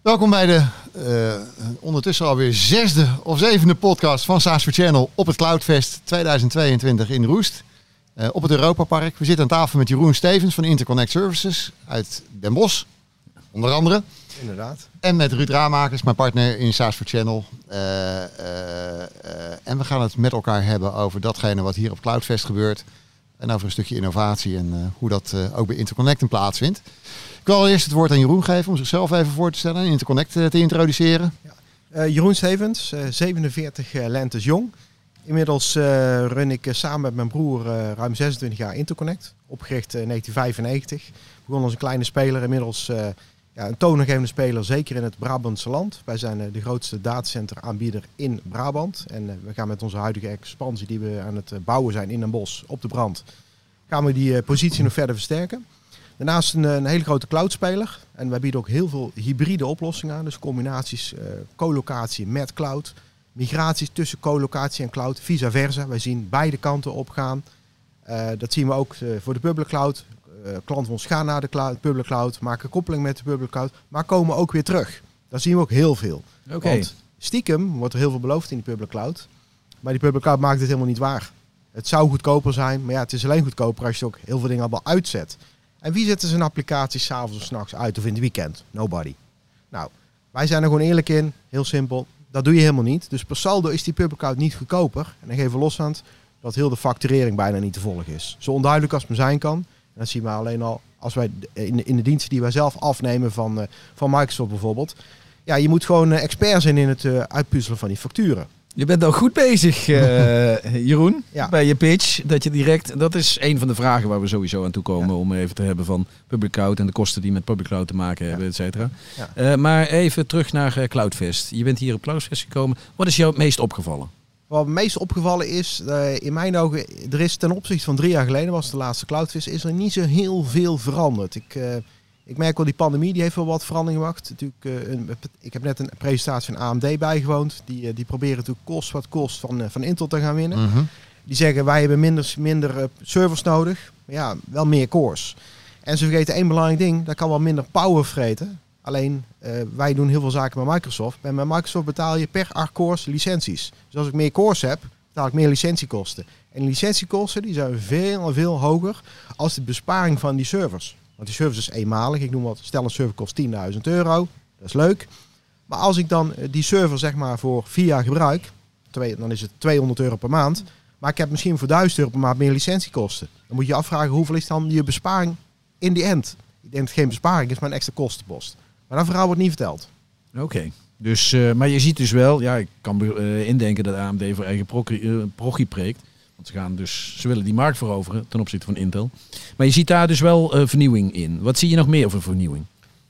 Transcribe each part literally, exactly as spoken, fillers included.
Welkom bij de uh, ondertussen alweer zesde of zevende podcast van SaaS for Channel op het Cloudfest tweeduizend tweeëntwintig in Roest. Uh, op het Europapark. We zitten aan tafel met Jeroen Stevens van Interconnect Services uit Den Bosch, onder andere. Inderdaad. En met Ruud Raamakers, mijn partner in SaaS for Channel. Uh, uh, uh, en we gaan het met elkaar hebben over datgene wat hier op Cloudfest gebeurt. En over een stukje innovatie en uh, hoe dat uh, ook bij Interconnect plaatsvindt. Ik wil eerst het woord aan Jeroen geven om zichzelf even voor te stellen en Interconnect uh, te introduceren. Ja. Uh, Jeroen Stevens, uh, zevenenveertig uh, lentes jong. Inmiddels uh, run ik uh, samen met mijn broer uh, ruim zesentwintig jaar Interconnect. Opgericht in uh, negentien vijfennegentig. Begon als een kleine speler, inmiddels uh, ja, een toonaangevende speler, zeker in het Brabantse land. Wij zijn uh, de grootste datacenter aanbieder in Brabant. En uh, we gaan met onze huidige expansie die we aan het uh, bouwen zijn in Den Bosch op de brand, gaan we die uh, positie nog verder versterken. Daarnaast een, een hele grote cloudspeler. En wij bieden ook heel veel hybride oplossingen aan. Dus combinaties, uh, colocatie met cloud. Migraties tussen colocatie en cloud, vice versa. Wij zien beide kanten opgaan. Uh, dat zien we ook uh, voor de public cloud. Uh, klanten van ons gaan naar de cloud, public cloud, maken koppeling met de public cloud, maar komen ook weer terug. Daar zien we ook heel veel. Okay. Want stiekem wordt er heel veel beloofd in die public cloud. Maar die public cloud maakt het helemaal niet waar. Het zou goedkoper zijn, maar ja, het is alleen goedkoper als je ook heel veel dingen allemaal uitzet. En wie zet zijn applicaties 's avonds of 's nachts uit of in het weekend? Nobody. Nou, wij zijn er gewoon eerlijk in. Heel simpel. Dat doe je helemaal niet. Dus per saldo is die public cloud niet goedkoper. En dan geven we los aan dat heel de facturering bijna niet te volgen is. Zo onduidelijk als het maar zijn kan. En dat zien we alleen al als wij in de, in de diensten die wij zelf afnemen van, uh, van Microsoft bijvoorbeeld. Ja, je moet gewoon uh, expert zijn in het uh, uitpuzzelen van die facturen. Je bent al goed bezig, uh, Jeroen, ja. bij je pitch. Dat je direct, dat is een van de vragen waar we sowieso aan toe komen. Ja. Om even te hebben van public cloud en de kosten die met public cloud te maken hebben, ja. et cetera. Ja. Uh, maar even terug naar uh, Cloudfest. Je bent hier op Cloudfest gekomen. Wat is jou het meest opgevallen? Wat het meest opgevallen is, uh, in mijn ogen, er is ten opzichte van drie jaar geleden, was de laatste Cloudfest, is er niet zo heel veel veranderd. Ik... Uh, Ik merk wel, die pandemie die heeft wel wat verandering gemaakt. Natuurlijk, uh, een, ik heb net een presentatie van A M D bijgewoond. Die, uh, die proberen natuurlijk kost wat kost van, uh, van Intel te gaan winnen. Mm-hmm. Die zeggen, wij hebben minder, minder uh, servers nodig. Maar ja, wel meer cores. En ze vergeten één belangrijk ding. Dat kan wel minder power vreten. Alleen, uh, wij doen heel veel zaken met Microsoft. En met Microsoft betaal je per acht cores licenties. Dus als ik meer cores heb, betaal ik meer licentiekosten. En die licentiekosten die zijn veel en veel hoger als de besparing van die servers. Want die service is eenmalig. Ik noem wat, stel een server kost tienduizend euro. Dat is leuk. Maar als ik dan die server zeg maar voor vier jaar gebruik, twee, dan is het tweehonderd euro per maand. Maar ik heb misschien voor duizend euro per maand meer licentiekosten. Dan moet je je afvragen hoeveel is dan je besparing in die end. Ik denk dat het geen besparing is, maar een extra kostenpost. Maar dat verhaal wordt niet verteld. Oké. Okay. Dus, uh, maar je ziet dus wel, ja, ik kan uh, indenken dat A M D voor eigen prochie, uh, prochie preekt. Want ze gaan dus, ze willen die markt veroveren ten opzichte van Intel. Maar je ziet daar dus wel uh, vernieuwing in. Wat zie je nog meer over vernieuwing?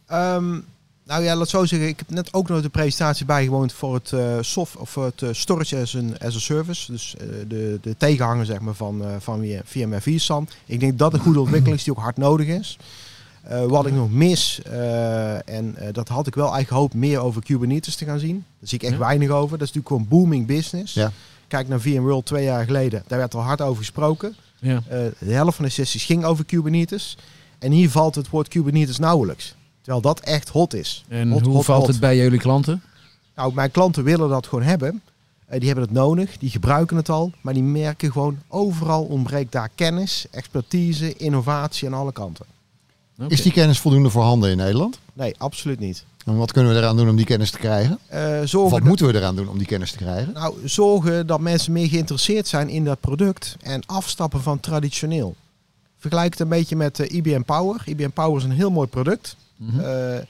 Um, nou ja, laat zo zeggen. Ik heb net ook nog de presentatie bijgewoond voor het uh, soft of het uh, storage as, an, as a service. Dus uh, de, de tegenhanger zeg maar van, uh, van VMware vSAN. Ik denk dat een goede ontwikkeling is die ook hard nodig is. Uh, wat ik nog mis, uh, en uh, dat had ik wel eigenlijk gehoopt meer over Kubernetes te gaan zien. Daar zie ik echt ja. weinig over. Dat is natuurlijk gewoon booming business. Ja. Kijk naar VMworld twee jaar geleden. Daar werd al hard over gesproken. Ja. Uh, de helft van de sessies ging over Kubernetes. En hier valt het woord Kubernetes nauwelijks. Terwijl dat echt hot is. En hot, hoe hot, valt hot. het bij jullie klanten? Nou, mijn klanten willen dat gewoon hebben. Uh, die hebben het nodig. Die gebruiken het al. Maar die merken gewoon overal ontbreekt daar kennis, expertise, innovatie aan alle kanten. Okay. Is die kennis voldoende voorhanden in Nederland? Nee, absoluut niet. En wat kunnen we eraan doen om die kennis te krijgen? Uh, zorgen wat dat, moeten we eraan doen om die kennis te krijgen? Nou, zorgen dat mensen meer geïnteresseerd zijn in dat product en afstappen van traditioneel. Vergelijk het een beetje met uh, I B M Power. I B M Power is een heel mooi product. Mm-hmm. Uh,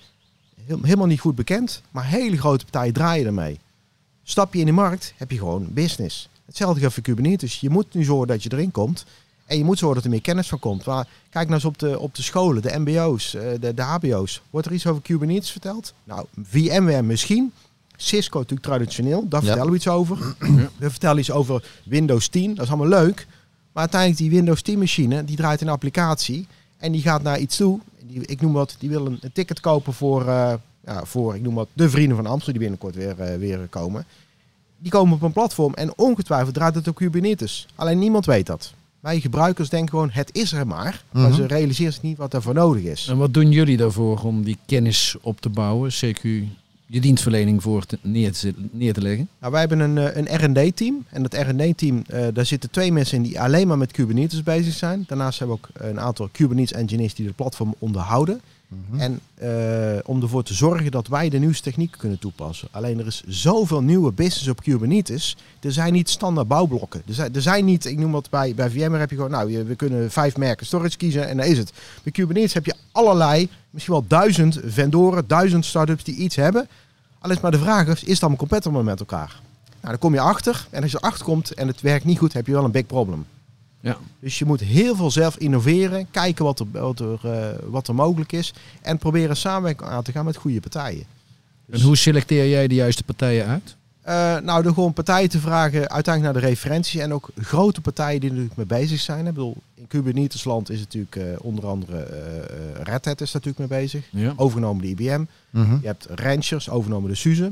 heel, helemaal niet goed bekend, maar hele grote partijen draaien ermee. Stap je in de markt, heb je gewoon business. Hetzelfde geldt voor Kubernetes. Je moet nu zorgen dat je erin komt. En je moet zorgen dat er meer kennis van komt. Maar kijk nou eens op de, op de scholen, de M B O's, de, de H B O's. Wordt er iets over Kubernetes verteld? Nou, VMware misschien. Cisco natuurlijk traditioneel, daar ja. vertellen we iets over. We vertellen iets over Windows tien, dat is allemaal leuk. Maar uiteindelijk die Windows tien machine, die draait een applicatie. En die gaat naar iets toe. Die, ik noem wat, die wil een, een ticket kopen voor, uh, ja, voor, ik noem wat, de vrienden van Amstel, die binnenkort weer, uh, weer komen. Die komen op een platform en ongetwijfeld draait het op Kubernetes. Alleen niemand weet dat. Wij gebruikers denken gewoon, het is er maar. Mm-hmm. Maar ze realiseren zich niet wat er voor nodig is. En wat doen jullie daarvoor om die kennis op te bouwen? C Q, je dienstverlening voor te, neer, te, neer te leggen? Nou, wij hebben een, een R en D team. En dat R en D team, uh, daar zitten twee mensen in die alleen maar met Kubernetes bezig zijn. Daarnaast hebben we ook een aantal Kubernetes engineers die het platform onderhouden. Mm-hmm. En uh, om ervoor te zorgen dat wij de nieuwste technieken kunnen toepassen. Alleen er is zoveel nieuwe business op Kubernetes. Er zijn niet standaard bouwblokken. Er zijn, er zijn niet, ik noem wat bij, bij V M ware heb je gewoon, nou, je, we kunnen vijf merken storage kiezen en daar is het. Bij Kubernetes heb je allerlei, misschien wel duizend vendoren, duizend startups die iets hebben. Alleen maar de vraag is, is het allemaal compatible met elkaar? Nou, dan kom je achter en als je erachter komt en het werkt niet goed, heb je wel een big problem. Ja. Dus je moet heel veel zelf innoveren, kijken wat er, wat er, uh, wat er mogelijk is en proberen samenwerking aan te gaan met goede partijen. Dus, en hoe selecteer jij de juiste partijen uit? Uh, nou, door gewoon partijen te vragen uiteindelijk naar de referenties en ook grote partijen die er natuurlijk mee bezig zijn. Ik bedoel, in Kubernetes land is het natuurlijk uh, onder andere uh, Red Hat is natuurlijk mee bezig, ja. Overgenomen de I B M. Mm-hmm. Je hebt Ranchers, overgenomen de SUSE.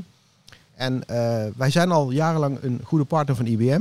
En uh, wij zijn al jarenlang een goede partner van I B M.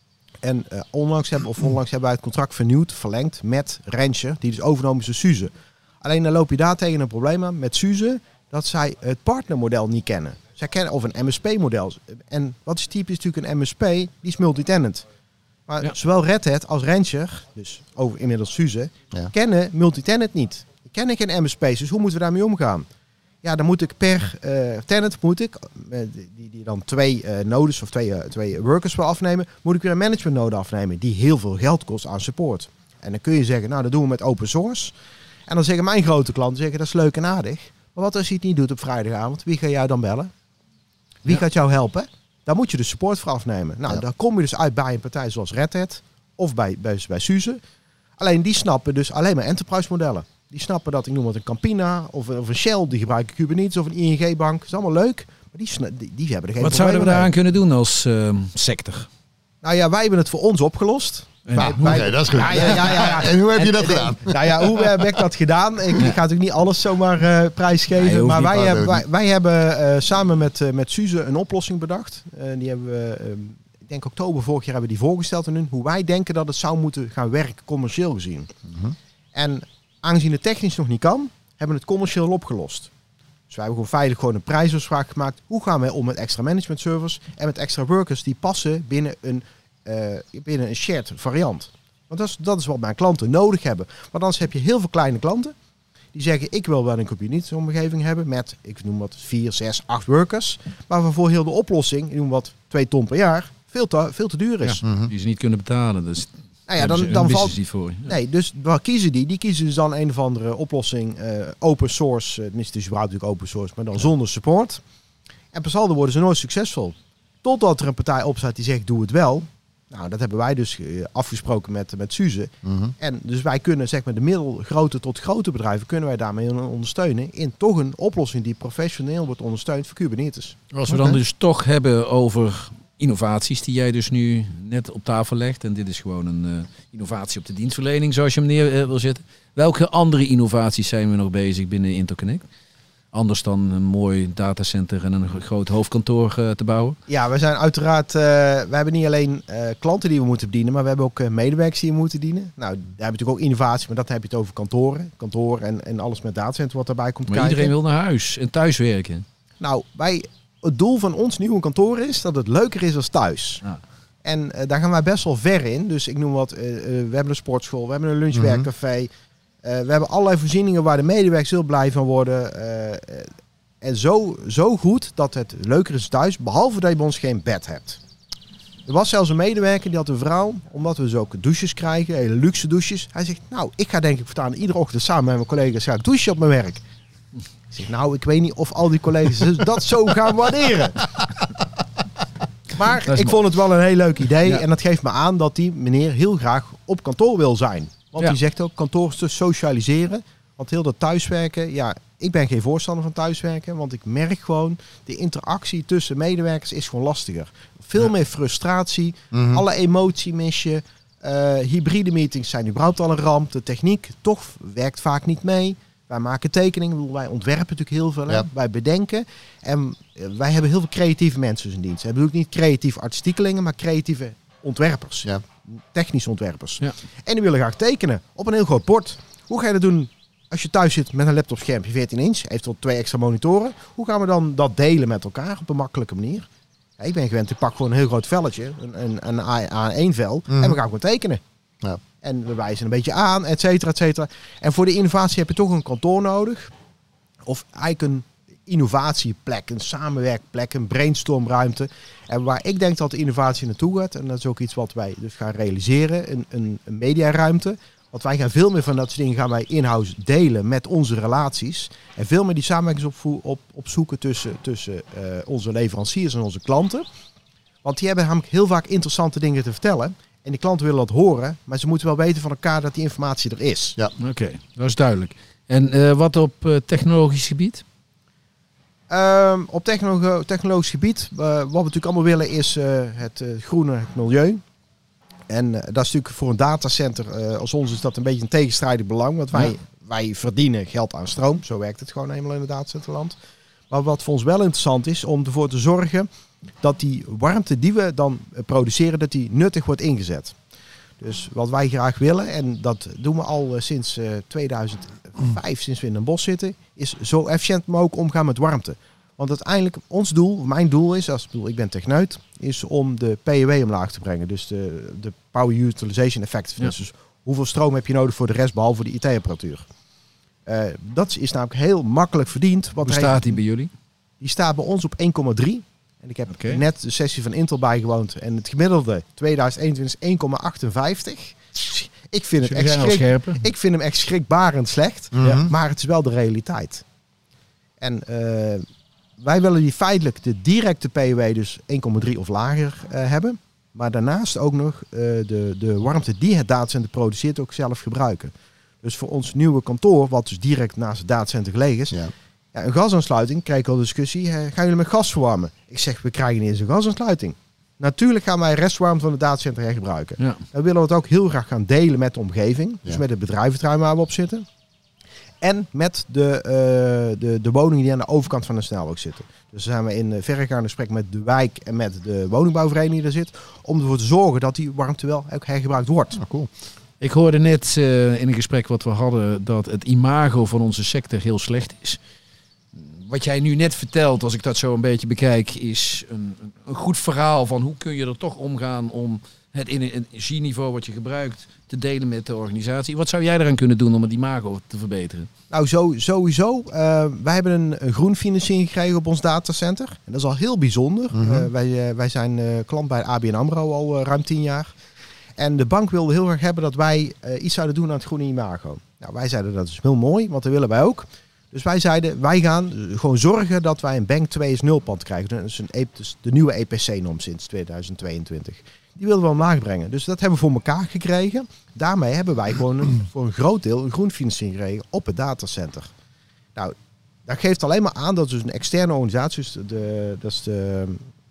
En uh, onlangs, hebben, of onlangs hebben wij het contract vernieuwd, verlengd met Rancher, die dus overgenomen is door SUSE. Alleen dan loop je daar tegen een probleem aan met SUSE, dat zij het partnermodel niet kennen. Zij kennen of een M S P-model. En wat is typisch natuurlijk een M S P, die is multitenant. Maar ja. Zowel Red Hat als Rancher, dus over inmiddels SUSE, ja. kennen multitenant niet. Die kennen geen M S P's, dus hoe moeten we daarmee omgaan? Ja, dan moet ik per uh, tenant, moet ik, uh, die, die dan twee uh, nodes of twee, uh, twee workers wil afnemen, moet ik weer een management node afnemen, die heel veel geld kost aan support. En dan kun je zeggen, nou dat doen we met open source. En dan zeggen mijn grote klanten, zeggen, dat is leuk en aardig. Maar wat als je het niet doet op vrijdagavond, wie ga jij dan bellen? Wie ja. gaat jou helpen? Daar moet je de support voor afnemen. Nou, ja. dan kom je dus uit bij een partij zoals Red Hat of bij, bij, bij SUSE. Alleen die snappen dus alleen maar enterprise modellen. Die snappen dat, ik noem wat een Campina of, of een Shell, die gebruiken Kubernetes of een I N G-bank. Dat is allemaal leuk, maar die, sna- die, die hebben er geen Wat zouden we daaraan kunnen doen als uh, sector? Nou ja, wij hebben het voor ons opgelost. En, nou, wij, okay, dat is goed. Ja, ja, ja, ja, ja. En hoe heb je en, dat en, gedaan? Nou ja, hoe heb ik dat gedaan? Ik, ja. ik ga natuurlijk niet alles zomaar uh, prijsgeven. Nee, maar wij, paar, hebben, wij, wij hebben uh, samen met, uh, met SUSE een oplossing bedacht. Uh, die hebben we, uh, ik denk oktober vorig jaar hebben we die voorgesteld aan hun. Hoe wij denken dat het zou moeten gaan werken, commercieel gezien. Mm-hmm. En aangezien het technisch nog niet kan, hebben we het commercieel opgelost. Dus wij hebben gewoon veilig gewoon een prijsafspraak gemaakt. Hoe gaan wij om met extra management servers en met extra workers die passen binnen een, uh, binnen een shared variant. Want dat is, dat is wat mijn klanten nodig hebben. Want anders heb je heel veel kleine klanten die zeggen, ik wil wel een Kubernetes omgeving hebben met, ik noem wat, vier, zes, acht workers. Maar waarvoor heel de oplossing, ik noem wat, twee ton per jaar, veel te, veel te duur is. Ja, mm-hmm. Die ze niet kunnen betalen. Dus nou ja, dan, dan valt die voor. Ja. Nee, dus waar kiezen die? Die kiezen dus dan een of andere oplossing, uh, open source. Uh, tenminste, dus überhaupt natuurlijk open source, maar dan ja. zonder support. En per saldo worden ze nooit succesvol. Totdat er een partij opstaat die zegt, doe het wel. Nou, dat hebben wij dus uh, afgesproken met, met SUSE. Mm-hmm. En dus wij kunnen, zeg maar, de middelgrote tot grote bedrijven, kunnen wij daarmee ondersteunen in toch een oplossing die professioneel wordt ondersteund voor Kubernetes. Als we okay. dan dus toch hebben over innovaties die jij dus nu net op tafel legt. En dit is gewoon een uh, innovatie op de dienstverlening, zoals je hem neer uh, wil zetten. Welke andere innovaties zijn we nog bezig binnen Interconnect? Anders dan een mooi datacenter en een groot hoofdkantoor uh, te bouwen? Ja, we zijn uiteraard, uh, we hebben niet alleen uh, klanten die we moeten bedienen, maar we hebben ook uh, medewerkers die we moeten dienen. Nou, daar heb je natuurlijk ook innovatie, maar dat heb je het over kantoren. Kantoor en, en alles met datacenter wat daarbij komt maar kijken. Iedereen wil naar huis en thuiswerken. Nou, wij... Het doel van ons nieuwe kantoor is dat het leuker is als thuis. Ja. En uh, daar gaan wij best wel ver in. Dus ik noem wat, uh, uh, we hebben een sportschool, we hebben een lunchwerkcafé. Uh, we hebben allerlei voorzieningen waar de medewerkers heel blij van worden. Uh, uh, en zo, zo goed dat het leuker is thuis, behalve dat je bij ons geen bed hebt. Er was zelfs een medewerker, die had een vrouw, omdat we dus ook douches krijgen, hele luxe douches. Hij zegt, nou, ik ga denk ik voortaan iedere ochtend samen met mijn collega's ga ik douchen op mijn werk. Ik zeg, nou, ik weet niet of al die collega's dat zo gaan waarderen. Maar ik vond het wel een heel leuk idee. Ja. En dat geeft me aan dat die meneer heel graag op kantoor wil zijn. Want ja. die zegt ook, kantoor is te socialiseren. Want heel dat thuiswerken, ja, ik ben geen voorstander van thuiswerken. Want ik merk gewoon, de interactie tussen medewerkers is gewoon lastiger. Veel ja. meer frustratie, mm-hmm. alle emotie mis je. Uh, hybride meetings zijn überhaupt al een ramp. De techniek toch werkt vaak niet mee. Wij maken tekeningen, wij ontwerpen natuurlijk heel veel, ja. wij bedenken. En wij hebben heel veel creatieve mensen in dienst. We hebben ook niet creatieve artistiekelingen, maar creatieve ontwerpers. Ja. technische ontwerpers. Ja. En die willen graag tekenen op een heel groot bord. Hoe ga je dat doen als je thuis zit met een laptopschermpje veertien inch, eventueel twee extra monitoren? Hoe gaan we dan dat delen met elkaar op een makkelijke manier? Ja, ik ben gewend, ik pak gewoon een heel groot velletje, een, een, een A één vel, mm. en we gaan gewoon tekenen. Ja. En we wijzen een beetje aan, et cetera, et cetera. En voor de innovatie heb je toch een kantoor nodig. Of eigenlijk een innovatieplek, een samenwerkplek, een brainstormruimte. En waar ik denk dat de innovatie naartoe gaat, en dat is ook iets wat wij dus gaan realiseren, een, een, een mediaruimte. Want wij gaan veel meer van dat soort dingen gaan wij in-house delen met onze relaties. En veel meer die samenwerking op, op, opzoeken tussen, tussen uh, onze leveranciers en onze klanten. Want die hebben namelijk heel vaak interessante dingen te vertellen. En die klanten willen dat horen, maar ze moeten wel weten van elkaar dat die informatie er is. Ja, oké, okay, dat is duidelijk. En uh, wat op uh, technologisch gebied? Um, op technolog- technologisch gebied, uh, wat we natuurlijk allemaal willen is uh, het uh, groene, het milieu. En uh, dat is natuurlijk voor een datacenter uh, als ons is dat een beetje een tegenstrijdig belang. Want wij, ja. wij verdienen geld aan stroom, zo werkt het gewoon eenmaal in het datacenterland. Maar wat voor ons wel interessant is om ervoor te zorgen dat die warmte die we dan produceren, dat die nuttig wordt ingezet. Dus wat wij graag willen, en dat doen we al uh, sinds uh, tweeduizend vijf, sinds we in een bos zitten, is zo efficiënt mogelijk omgaan met warmte. Want uiteindelijk, ons doel, mijn doel is, als ik bedoel, ik ben techneut, is om de P U E omlaag te brengen. Dus de, de Power Utilization Effectiveness. Ja. Dus hoeveel stroom heb je nodig voor de rest, behalve de I T-apparatuur. Uh, dat is namelijk heel makkelijk verdiend. Hoe staat die bij jullie? Die staat bij ons op één komma drie. En ik heb okay. net de sessie van Intel bijgewoond. En het gemiddelde tweeduizend eenentwintig is één komma achtenvijftig. Ik vind, het echt schrik, ik vind hem echt schrikbarend slecht. Mm-hmm. Maar het is wel de realiteit. En uh, wij willen die feitelijk de directe P U E dus één komma drie of lager uh, hebben. Maar daarnaast ook nog uh, de, de warmte die het datacenter produceert ook zelf gebruiken. Dus voor ons nieuwe kantoor, wat dus direct naast het datacenter gelegen is. Ja. Ja, een gasaansluiting, krijg ik al discussie. Uh, gaan jullie met gas verwarmen? Ik zeg, we krijgen niet eens een gasaansluiting. Natuurlijk gaan wij restwarmte van het datacenter hergebruiken. Ja. Dan willen we het ook heel graag gaan delen met de omgeving. Dus ja. met het bedrijventerrein waar we op zitten. En met de, uh, de, de woningen die aan de overkant van de snelweg zitten. Dus dan zijn we in verregaand gesprek met de wijk en met de woningbouwvereniging die er zit. Om ervoor te zorgen dat die warmte wel ook hergebruikt wordt. Oh, cool. Ik hoorde net uh, in een gesprek wat we hadden dat het imago van onze sector heel slecht is. Wat jij nu net vertelt, als ik dat zo een beetje bekijk, is een, een goed verhaal van hoe kun je er toch omgaan om het energieniveau wat je gebruikt te delen met de organisatie. Wat zou jij eraan kunnen doen om het imago te verbeteren? Nou, zo, sowieso. Uh, wij hebben een, een groenfinanciering gekregen op ons datacenter. En dat is al heel bijzonder. Mm-hmm. Uh, wij, uh, wij zijn uh, klant bij A B N AMRO al uh, ruim tien jaar. En de bank wilde heel erg hebben dat wij uh, iets zouden doen aan het groene imago. Nou, wij zeiden dat is heel mooi, want dat willen wij ook. Dus wij zeiden, wij gaan gewoon zorgen dat wij een Bank twee is nul pand krijgen. Dat is, een, dus de nieuwe E P C-norm sinds tweeduizend tweeëntwintig. Die wilden we omlaag brengen. Dus dat hebben we voor elkaar gekregen. Daarmee hebben wij gewoon een, voor een groot deel een groenfinanciering gekregen op het datacenter. Nou, dat geeft alleen maar aan dat dus een externe organisatie, dus de, dat is de,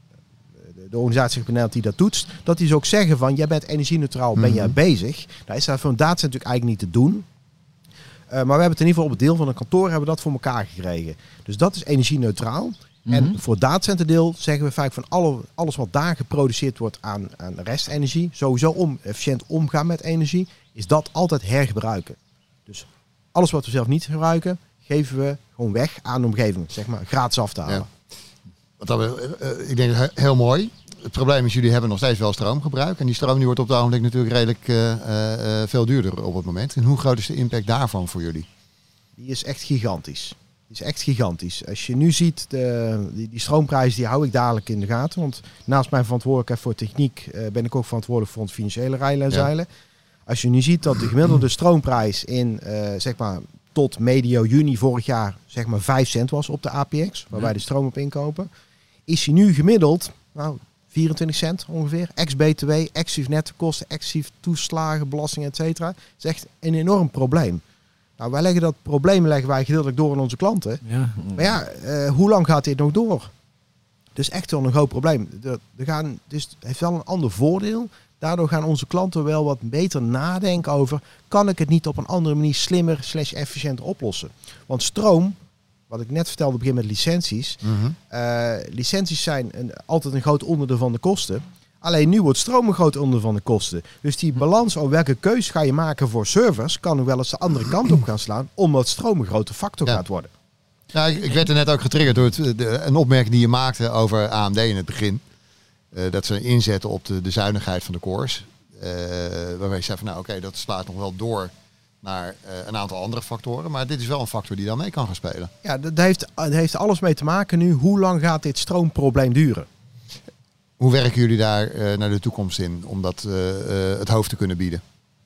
de organisatie die dat toetst, dat die dus ook zeggen van, jij bent energie-neutraal, ben jij bezig. Nou is dat voor een datacenter natuurlijk eigenlijk niet te doen. Uh, maar we hebben het in ieder geval op het deel van een kantoor hebben we dat voor elkaar gekregen. Dus dat is energie-neutraal. Mm-hmm. En voor het datacenterdeel zeggen we vaak van alle, alles wat daar geproduceerd wordt aan, aan restenergie, sowieso om efficiënt omgaan met energie, is dat altijd hergebruiken. Dus alles wat we zelf niet gebruiken, geven we gewoon weg aan de omgeving, zeg maar gratis af te halen. Ja. Wat we, uh, ik denk heel mooi. Het probleem is, jullie hebben nog steeds wel stroomgebruik. En die stroom die wordt op het ogenblik natuurlijk redelijk uh, uh, veel duurder op het moment. En hoe groot is de impact daarvan voor jullie? Die is echt gigantisch. Die is echt gigantisch. Als je nu ziet, de, die, die stroomprijs die hou ik dadelijk in de gaten. Want naast mijn verantwoordelijkheid voor techniek uh, ben ik ook verantwoordelijk voor het financiële rijlen en zeilen. Ja. Als je nu ziet dat de gemiddelde stroomprijs in uh, zeg maar tot medio juni vorig jaar zeg maar vijf cent was op de A P X, waar ja. wij de stroom op inkopen, is hij nu gemiddeld nou, vierentwintig cent ongeveer, ex-B T W, exclusief nettokosten, exclusief toeslagen, belastingen, et cetera. Dat is echt een enorm probleem. Nou, wij leggen dat probleem leggen wij gedeeltelijk door aan onze klanten. Ja. Maar ja, uh, hoe lang gaat dit nog door? Het is echt wel een groot probleem. De, de gaan, dus het heeft wel een ander voordeel. Daardoor gaan onze klanten wel wat beter nadenken over, kan ik het niet op een andere manier slimmer slash efficiënter oplossen? Want stroom, wat ik net vertelde, begin met licenties. Mm-hmm. Uh, licenties zijn een, altijd een groot onderdeel van de kosten. Alleen nu wordt stroom een groot onderdeel van de kosten. Dus die balans over welke keus ga je maken voor servers kan nog wel eens de andere kant op gaan slaan, omdat stroom een grote factor ja. gaat worden. Ja, ik, ik werd er net ook getriggerd door het, de, een opmerking die je maakte over A M D in het begin. Uh, dat ze inzetten op de, de zuinigheid van de cores. Uh, waarbij je zei van nou oké, okay, dat slaat nog wel door naar uh, een aantal andere factoren. Maar dit is wel een factor die dan mee kan gaan spelen. Ja, dat heeft, dat heeft alles mee te maken nu. Hoe lang gaat dit stroomprobleem duren? Hoe werken jullie daar uh, naar de toekomst in om dat uh, uh, het hoofd te kunnen bieden?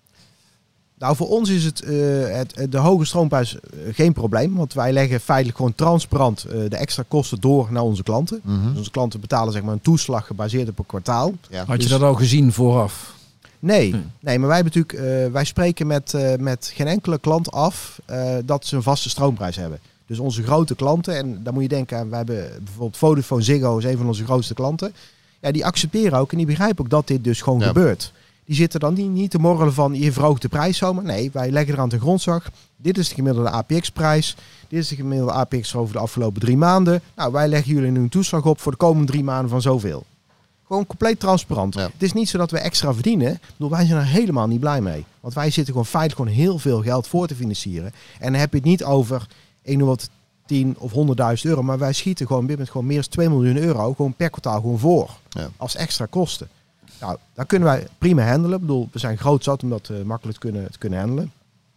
Nou, voor ons is het, uh, het de hoge stroomprijs uh, geen probleem. Want wij leggen feitelijk gewoon transparant uh, de extra kosten door naar onze klanten. Mm-hmm. Dus onze klanten betalen zeg maar een toeslag gebaseerd op een kwartaal. Ja. Had je dus dat al gezien vooraf? Nee, nee. nee maar wij, natuurlijk, uh, wij spreken met, uh, met geen enkele klant af uh, dat ze een vaste stroomprijs hebben. Dus onze grote klanten, en daar moet je denken aan, we hebben bijvoorbeeld Vodafone Ziggo is een van onze grootste klanten. Ja, die accepteren ook en die begrijpen ook dat dit dus gewoon ja. gebeurt. Die zitten dan niet, niet te morrelen van je verhoogt de prijs zomaar. Nee, wij leggen eraan ten grondslag. Dit is de gemiddelde A P X-prijs. Dit is de gemiddelde A P X over de afgelopen drie maanden. Nou, wij leggen jullie nu een toeslag op voor de komende drie maanden van zoveel. Gewoon compleet transparant. Ja. Het is niet zo dat we extra verdienen. Ik bedoel, wij zijn er helemaal niet blij mee. Want wij zitten gewoon feitelijk gewoon heel veel geld voor te financieren. En dan heb je het niet over ik noem wat tien of honderdduizend euro. Maar wij schieten gewoon, met gewoon meer dan twee miljoen euro gewoon per kwartaal gewoon voor. Ja. Als extra kosten. Nou, daar kunnen wij prima handelen. Ik bedoel, we zijn groot zat om dat uh, makkelijk te kunnen, te kunnen handelen.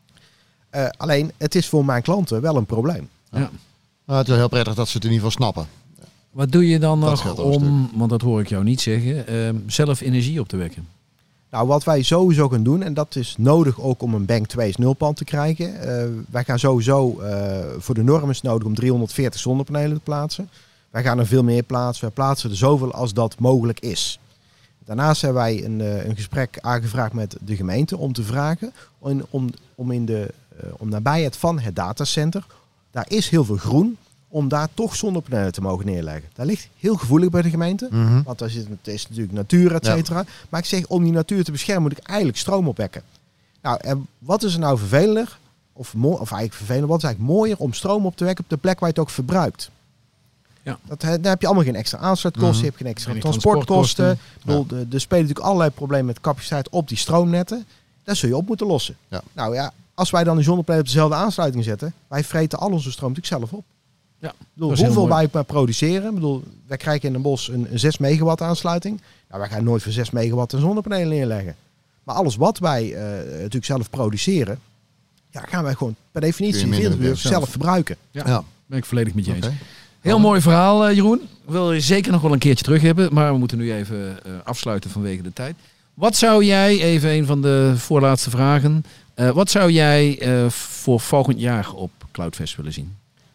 Uh, alleen, het is voor mijn klanten wel een probleem. Ja. Ja. Nou, het is wel heel prettig dat ze het in ieder geval snappen. Wat doe je dan nog om, want dat hoor ik jou niet zeggen, uh, zelf energie op te wekken? Nou, wat wij sowieso gaan doen, en dat is nodig ook om een Bank twee punt nul pand te krijgen. Uh, wij gaan sowieso, uh, voor de norm is het nodig om driehonderdveertig zonnepanelen te plaatsen. Wij gaan er veel meer plaatsen. Wij plaatsen er zoveel als dat mogelijk is. Daarnaast hebben wij een, uh, een gesprek aangevraagd met de gemeente om te vragen om, om, om, in de, uh, om nabij het van het datacenter, daar is heel veel groen, om daar toch zonnepanelen te mogen neerleggen. Dat ligt heel gevoelig bij de gemeente, mm-hmm. want daar zit, het is natuurlijk natuur, et cetera. Ja. Maar ik zeg, om die natuur te beschermen moet ik eigenlijk stroom opwekken. Nou, en wat is er nou vervelender, of, mo- of eigenlijk vervelender, wat is eigenlijk mooier om stroom op te wekken op de plek waar je het ook verbruikt? Ja. Dat, daar heb je allemaal geen extra aansluitkosten, mm-hmm. je hebt geen extra geen transportkosten. transportkosten. Ja. Er spelen natuurlijk allerlei problemen met capaciteit op die stroomnetten. Dat zul je op moeten lossen. Ja. Nou ja, als wij dan die zonnepanelen op dezelfde aansluiting zetten, wij vreten al onze stroom natuurlijk zelf op. Ja, bedoel, hoeveel wij maar produceren. Ik bedoel, wij krijgen in Den Bosch een, een zes megawatt aansluiting. Nou, wij gaan nooit voor zes megawatt een zonnepanelen neerleggen. Maar alles wat wij uh, natuurlijk zelf produceren, ja, gaan wij gewoon per definitie veel uur zelf verbruiken. Ja, ja, ben ik volledig met je eens. Okay. Heel mooi verhaal, uh, Jeroen. Ik wil je zeker nog wel een keertje terug hebben, maar we moeten nu even uh, afsluiten vanwege de tijd. Wat zou jij, even een van de voorlaatste vragen, uh, wat zou jij uh, voor volgend jaar op Cloudfest willen zien?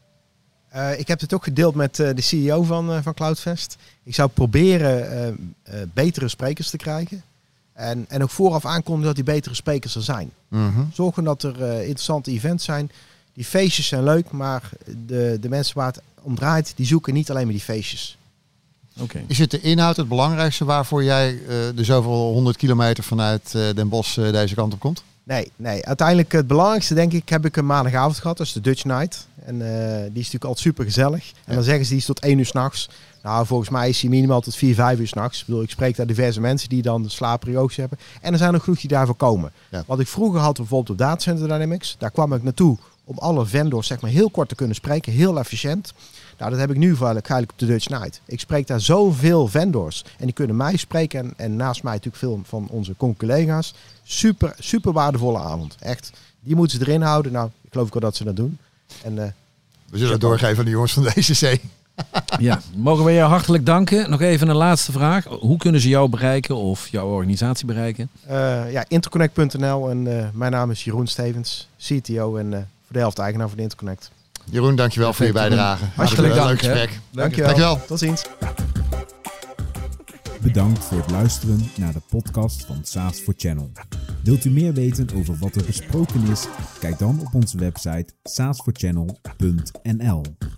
Uh, ik heb het ook gedeeld met uh, de C E O van, uh, van Cloudfest. Ik zou proberen uh, uh, betere sprekers te krijgen. En, en ook vooraf aankondigen dat die betere sprekers er zijn. Mm-hmm. Zorgen dat er uh, interessante events zijn. Die feestjes zijn leuk, maar de, de mensen waar het om draait, die zoeken niet alleen maar die feestjes. Okay. Is het de inhoud het belangrijkste waarvoor jij uh, de zoveel honderd kilometer vanuit uh, Den Bosch uh, deze kant op komt? Nee, nee, uiteindelijk het belangrijkste denk ik heb ik een maandagavond gehad. Dat is de Dutch Night. En uh, die is natuurlijk altijd super gezellig. En ja. dan zeggen ze die is tot één uur s'nachts. Nou, volgens mij is die minimaal tot vier, vijf uur s'nachts. Ik bedoel, ik spreek daar diverse mensen die dan de slaperioogjes hebben. En er zijn nog genoeg die daarvoor komen. Ja. Wat ik vroeger had bijvoorbeeld op Data Center Dynamics. Daar kwam ik naartoe om alle vendors zeg maar heel kort te kunnen spreken. Heel efficiënt. Nou, dat heb ik nu eigenlijk op de Dutch Night. Ik spreek daar zoveel vendors. En die kunnen mij spreken. En, en naast mij natuurlijk veel van onze collega's. Super, super waardevolle avond. Echt. Die moeten ze erin houden. Nou, ik geloof ook wel dat ze dat doen. En, uh, we zullen het doorgeven aan de jongens van de E C C. Ja, mogen we jou hartelijk danken. Nog even een laatste vraag. Hoe kunnen ze jou bereiken of jouw organisatie bereiken? Uh, ja, interconnect punt n l. En uh, mijn naam is Jeroen Stevens, C T O en uh, voor de helft eigenaar van de Interconnect. Jeroen, dankjewel ja, voor je bijdrage. Hartelijk dank. Leuk gesprek. Dankjewel. dankjewel. Tot ziens. Bedankt voor het luisteren naar de podcast van SaaS for Channel. Wilt u meer weten over wat er besproken is? Kijk dan op onze website saas for channel punt n l.